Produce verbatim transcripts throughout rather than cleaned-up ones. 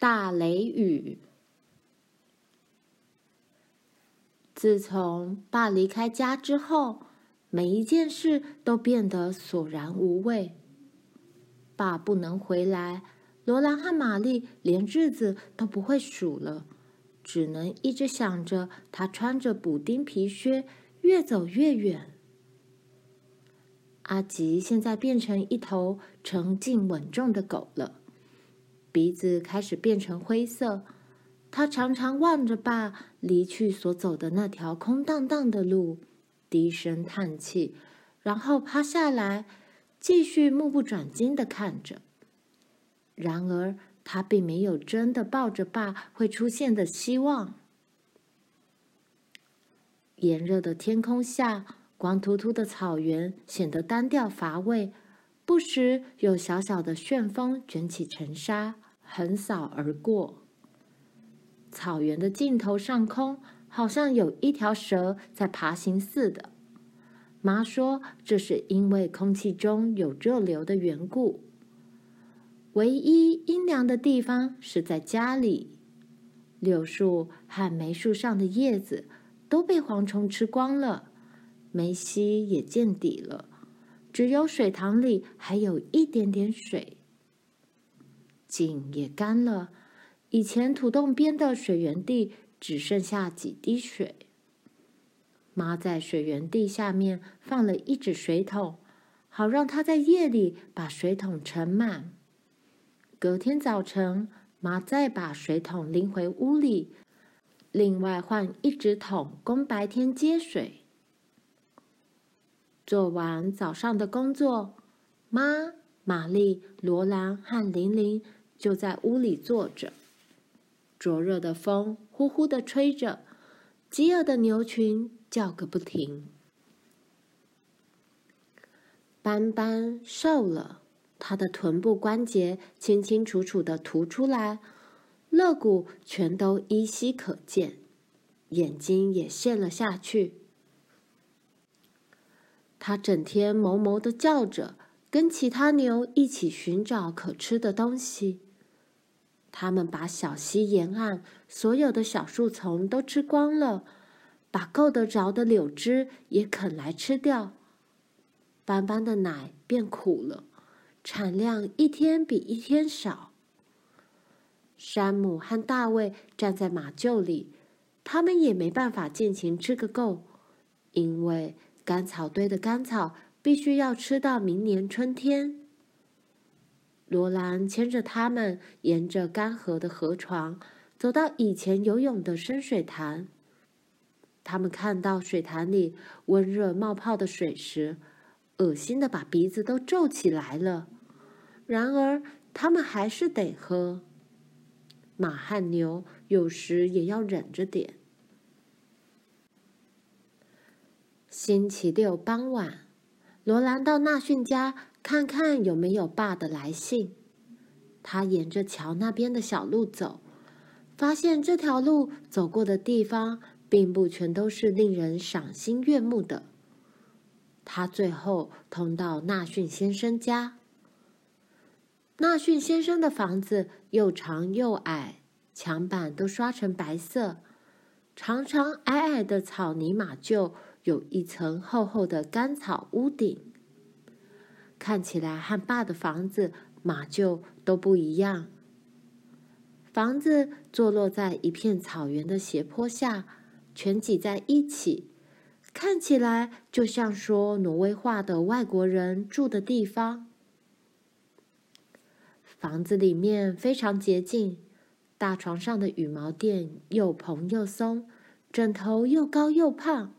大雷雨。自从爸离开家之后，每一件事都变得索然无味。爸不能回来，罗兰和玛丽连日子都不会数了，只能一直想着他穿着补丁皮靴越走越远。阿吉现在变成一头沉静稳重的狗了，鼻子开始变成灰色。他常常望着爸离去所走的那条空荡荡的路，低声叹气，然后趴下来，继续目不转睛地看着。然而，他并没有真的抱着爸会出现的希望。炎热的天空下，光秃秃的草原显得单调乏味，不时有小小的旋风卷起尘沙，横扫而过。草原的尽头上空，好像有一条蛇在爬行似的。妈说，这是因为空气中有热流的缘故。唯一阴凉的地方是在家里，柳树和梅树上的叶子都被蝗虫吃光了，梅溪也见底了，只有水塘里还有一点点水。井也干了，以前土洞边的水源地只剩下几滴水。妈在水源地下面放了一只水桶，好让她在夜里把水桶盛满。隔天早晨，妈再把水桶拎回屋里，另外换一只桶供白天接水。做完早上的工作，妈、玛丽、罗兰和玲玲就在屋里坐着。灼热的风呼呼地吹着，饥饿的牛群叫个不停。斑斑瘦了，他的臀部关节清清楚楚地凸出来，肋骨全都依稀可见，眼睛也陷了下去。他整天哞哞地叫着，跟其他牛一起寻找可吃的东西。他们把小溪沿岸所有的小树丛都吃光了，把够得着的柳枝也啃来吃掉。斑斑的奶变苦了，产量一天比一天少。山姆和大卫站在马厩里，他们也没办法尽情吃个够，因为干草堆的干草必须要吃到明年春天。罗兰牵着他们沿着干涸的河床，走到以前游泳的深水潭。他们看到水潭里温热冒泡的水时，恶心的把鼻子都皱起来了。然而，他们还是得喝。马和牛有时也要忍着点。星期六傍晚，罗兰到纳逊家看看有没有爸的来信。他沿着桥那边的小路走，发现这条路走过的地方并不全都是令人赏心悦目的。他最后通到纳逊先生家。纳逊先生的房子又长又矮，墙板都刷成白色，长长矮矮的草泥马厩有一层厚厚的干草屋顶。看起来和爸的房子、马厩都不一样。房子坐落在一片草原的斜坡下，全挤在一起，看起来就像说挪威话的外国人住的地方。房子里面非常洁净，大床上的羽毛垫又蓬又松，枕头又高又胖。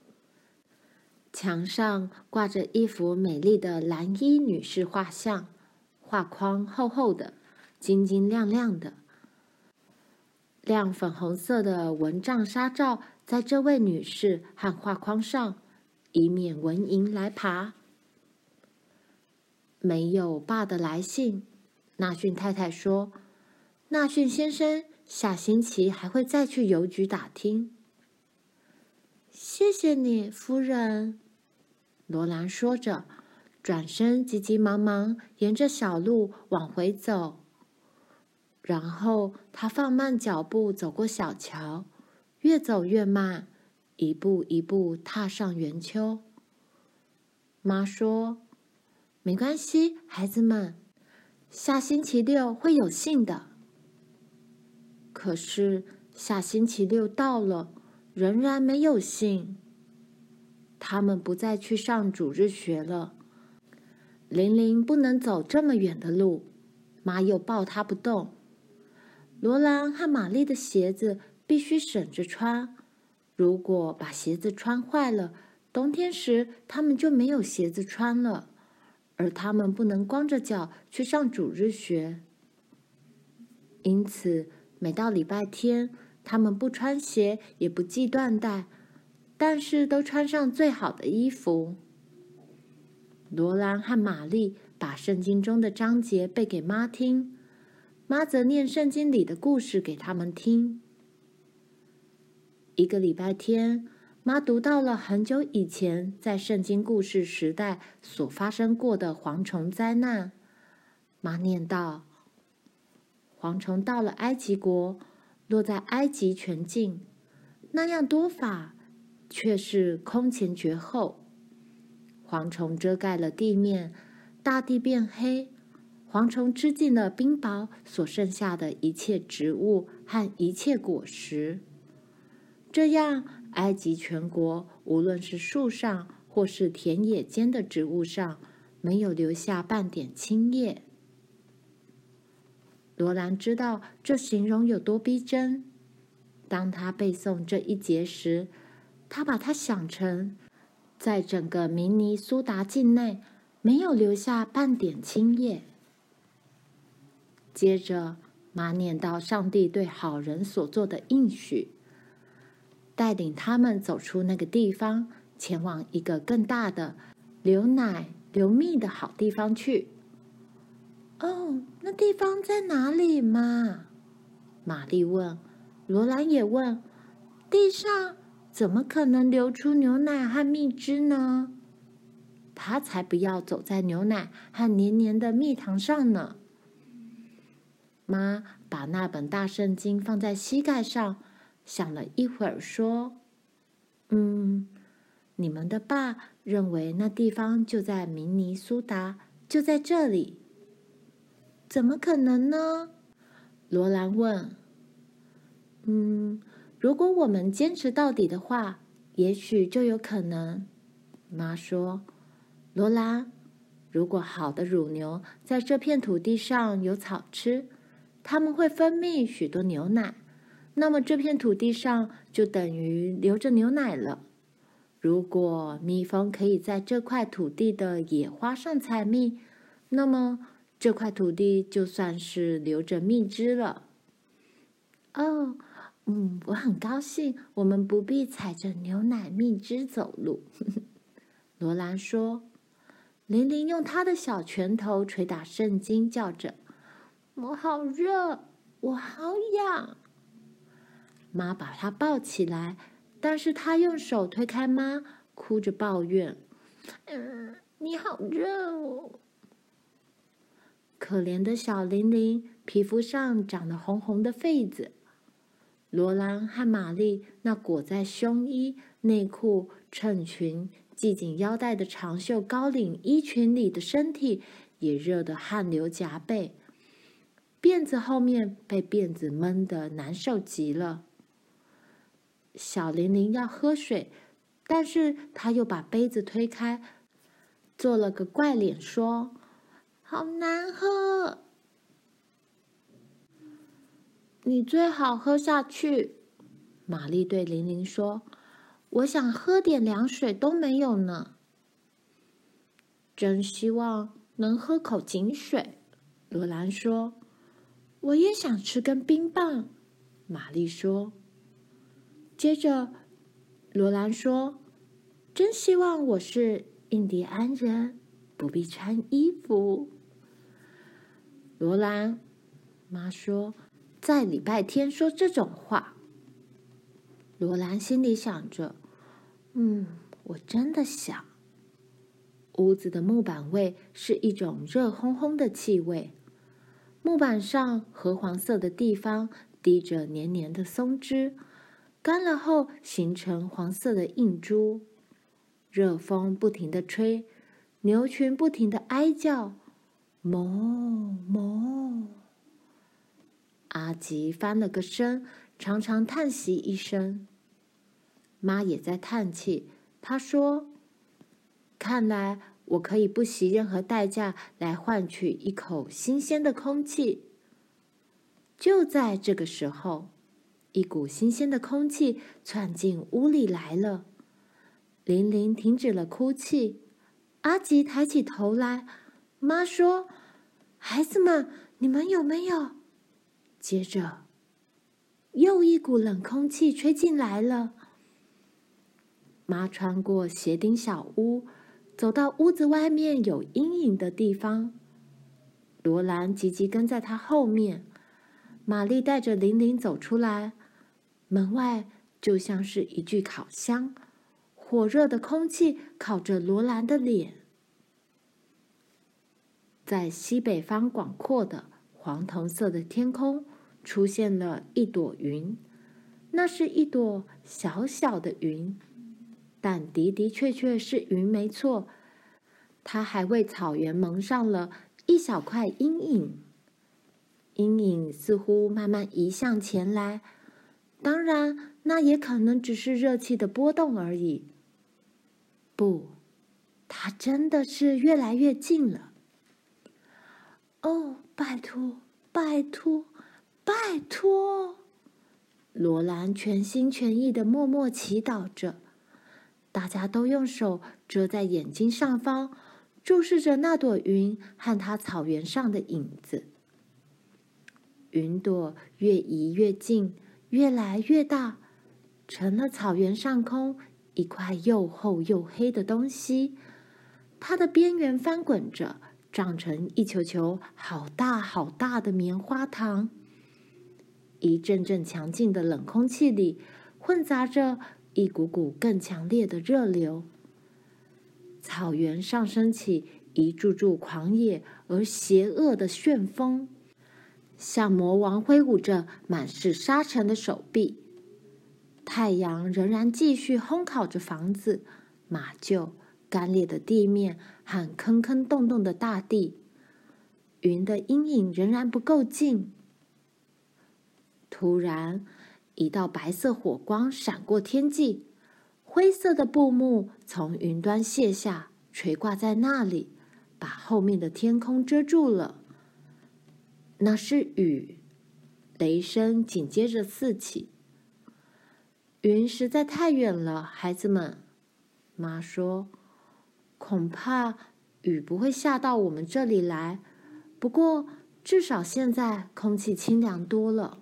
墙上挂着一幅美丽的蓝衣女士画像，画框厚厚的，晶晶亮亮的。亮粉红色的蚊帐纱罩在这位女士和画框上，以免蚊蝇来爬。没有爸的来信，纳逊太太说，纳逊先生下星期还会再去邮局打听。谢谢你，夫人。罗兰说着，转身急急忙忙沿着小路往回走。 然后他放慢脚步走过小桥，越走越慢，一步一步踏上圆丘。妈说：“没关系，孩子们，下星期六会有信的。”可是下星期六到了，仍然没有信。他们不再去上主日学了。玲玲不能走这么远的路，妈又抱她不动。罗兰和玛丽的鞋子必须省着穿，如果把鞋子穿坏了，冬天时他们就没有鞋子穿了，而他们不能光着脚去上主日学。因此，每到礼拜天，他们不穿鞋，也不系缎带，但是都穿上最好的衣服。罗兰和玛丽把圣经中的章节背给妈听，妈则念圣经里的故事给他们听。一个礼拜天，妈读到了很久以前在圣经故事时代所发生过的蝗虫灾难。妈念道：蝗虫到了埃及国，落在埃及全境，那样多法，却是空前绝后。蝗虫遮盖了地面，大地变黑，蝗虫吃尽了冰雹所剩下的一切植物和一切果实。这样，埃及全国无论是树上或是田野间的植物上，没有留下半点青叶。罗兰知道这形容有多逼真。当他背诵这一节时，他把它想成在整个明尼苏达境内没有留下半点青叶。接着，妈念到上帝对好人所做的应许，带领他们走出那个地方，前往一个更大的、流奶流蜜的好地方去。哦，那地方在哪里嘛？玛丽问。罗兰也问：地上怎么可能流出牛奶和蜜汁呢？他才不要走在牛奶和黏黏的蜜糖上呢。妈把那本大圣经放在膝盖上，想了一会儿说：嗯，你们的爸认为那地方就在明尼苏达，就在这里。怎么可能呢？罗兰问。嗯，如果我们坚持到底的话，也许就有可能。妈说：罗兰，如果好的乳牛在这片土地上有草吃，它们会分泌许多牛奶，那么这片土地上就等于流着牛奶了。如果蜜蜂可以在这块土地的野花上采蜜，那么这块土地就算是流着蜜汁了。哦，嗯，我很高兴，我们不必踩着牛奶蜜汁走路。罗兰说。玲玲用她的小拳头捶打圣经，叫着：我好热，我好痒。妈把她抱起来，但是她用手推开妈，哭着抱怨：嗯，你好热哦。可怜的小玲玲皮肤上长了红红的痱子。罗兰和玛丽那裹在胸衣、内裤、衬裙、系紧腰带的长袖高领衣裙里的身体也热得汗流浃背，辫子后面被辫子闷得难受极了。小玲玲要喝水，但是她又把杯子推开，做了个怪脸，说：好难喝。你最好喝下去，玛丽对玲玲说。我想喝点凉水都没有呢。真希望能喝口井水，罗兰说。我也想吃根冰棒，玛丽说。接着，罗兰说：真希望我是印第安人，不必穿衣服。罗兰，妈说，在礼拜天说这种话。罗兰心里想着，嗯，我真的想。屋子的木板味是一种热烘烘的气味。 木板上褐黄色的地方滴着黏黏的松枝，干了后形成黄色的印珠。热风不停地吹，牛群不停地哀叫，哞哞。阿吉翻了个身，长长叹息一声。妈也在叹气，她说：“看来我可以不惜任何代价来换取一口新鲜的空气。”就在这个时候，一股新鲜的空气窜进屋里来了。玲玲停止了哭泣，阿吉抬起头来，妈说：“孩子们，你们有没有？”接着，又一股冷空气吹进来了。妈穿过斜顶小屋，走到屋子外面有阴影的地方。罗兰急急跟在她后面。玛丽带着玲玲走出来，门外就像是一具烤箱，火热的空气烤着罗兰的脸。在西北方广阔的黄铜色的天空，出现了一朵云。那是一朵小小的云，但的的确确是云没错。它还为草原蒙上了一小块阴影。阴影似乎慢慢移向前来，当然，那也可能只是热气的波动而已。不，它真的是越来越近了。哦，拜托，拜托，拜托！罗兰全心全意的默默祈祷着。大家都用手遮在眼睛上方，注视着那朵云和它草原上的影子。云朵越移越近，越来越大，成了草原上空一块又厚又黑的东西。它的边缘翻滚着，长成一球球好大好大的棉花糖。一阵阵强劲的冷空气里，混杂着一股股更强烈的热流。草原上升起一柱柱狂野而邪恶的旋风。像魔王挥舞着满是沙尘的手臂，太阳仍然继续烘烤着房子、马厩、干裂的地面和坑坑洞洞的大地。云的阴影仍然不够近。突然，一道白色火光闪过天际，灰色的布幕从云端卸下，垂挂在那里，把后面的天空遮住了。那是雨，雷声紧接着四起。云实在太远了，孩子们，妈说，恐怕雨不会下到我们这里来。不过，至少现在空气清凉多了。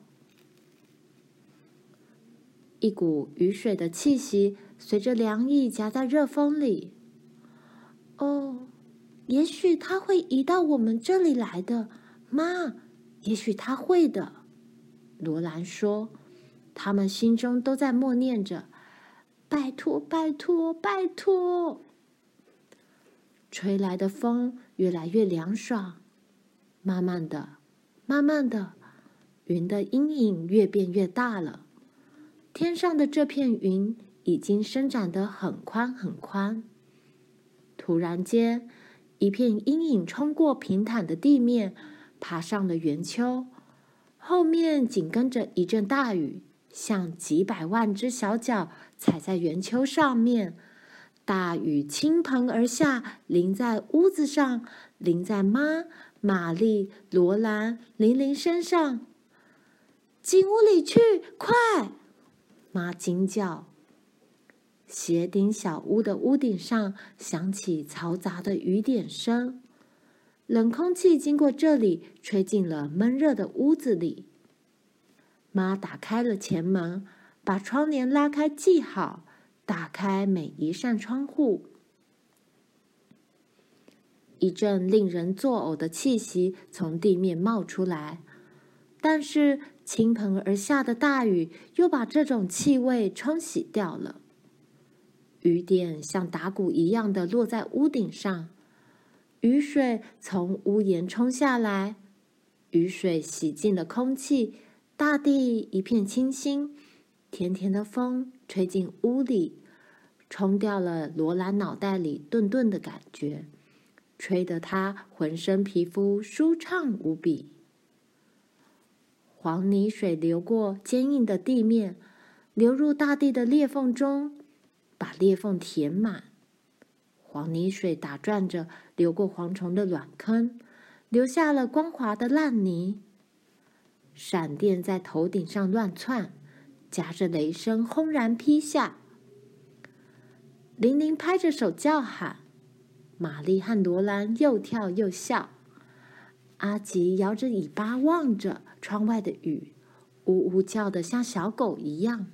一股雨水的气息随着凉意夹在热风里。哦，也许它会移到我们这里来的，妈。也许他会的，罗兰说。他们心中都在默念着：“拜托，拜托，拜托！”吹来的风越来越凉爽，慢慢的，慢慢的，云的阴影越变越大了。天上的这片云已经伸展得很宽很宽。突然间，一片阴影冲过平坦的地面，爬上了圆丘，后面紧跟着一阵大雨，像几百万只小脚踩在圆丘上面。大雨倾盆而下，淋在屋子上，淋在妈、玛丽、罗兰、玲玲身上。进屋里去，快！妈惊叫。斜顶小屋的屋顶上响起嘈杂的雨点声。冷空气经过这里，吹进了闷热的屋子里。妈打开了前门，把窗帘拉开系好，打开每一扇窗户。一阵令人作呕的气息从地面冒出来，但是倾盆而下的大雨又把这种气味冲洗掉了。雨点像打鼓一样的落在屋顶上。雨水从屋檐冲下来， 雨水洗净了空气，大地一片清新。甜甜的风吹进屋里，冲掉了罗兰脑袋里顿顿的感觉，吹得他浑身皮肤舒畅无比。黄泥水流过坚硬的地面，流入大地的裂缝中，把裂缝填满。黄泥水打转着流过蝗虫的卵坑，留下了光滑的烂泥。闪电在头顶上乱窜，夹着雷声轰然劈下。玲玲拍着手叫喊，玛丽和罗兰又跳又笑。阿吉摇着尾巴望着窗外的雨，呜呜叫得像小狗一样。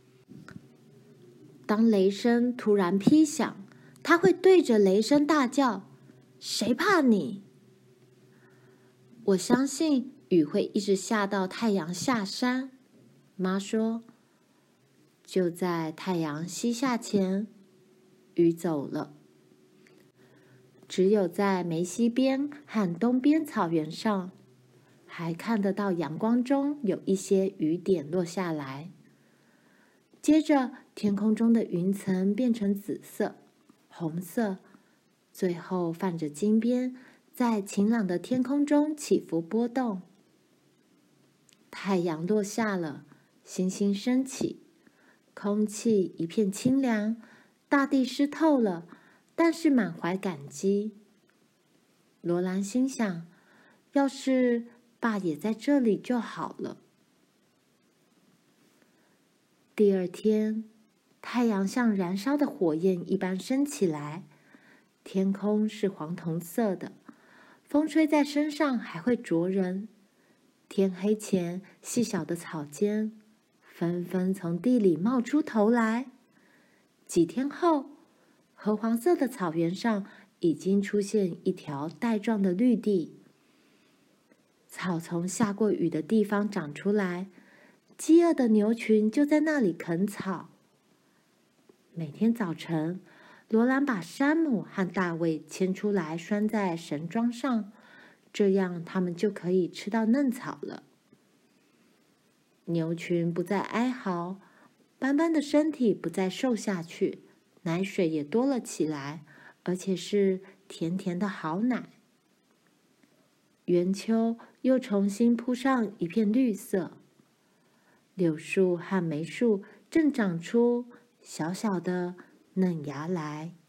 当雷声突然劈响，他会对着雷声大叫：“谁怕你？”我相信雨会一直下到太阳下山。妈说，就在太阳西下前，雨走了。只有在梅西边和东边草原上，还看得到阳光中有一些雨点落下来。接着，天空中的云层变成紫色、红色，最后泛着金边，在晴朗的天空中起伏波动。太阳落下了，星星升起，空气一片清凉，大地湿透了，但是满怀感激。罗兰心想，要是爸也在这里就好了。第二天，太阳像燃烧的火焰一般升起来，天空是黄铜色的，风吹在身上还会灼人。天黑前，细小的草尖纷纷从地里冒出头来。几天后，褐黄色的草原上已经出现一条带状的绿地，草从下过雨的地方长出来，饥饿的牛群就在那里啃草。每天早晨，罗兰把山姆和大卫牵出来拴在绳桩上，这样他们就可以吃到嫩草了。牛群不再哀嚎，斑斑的身体不再瘦下去，奶水也多了起来，而且是甜甜的好奶。圆丘又重新铺上一片绿色，柳树和梅树正长出小小的嫩芽来。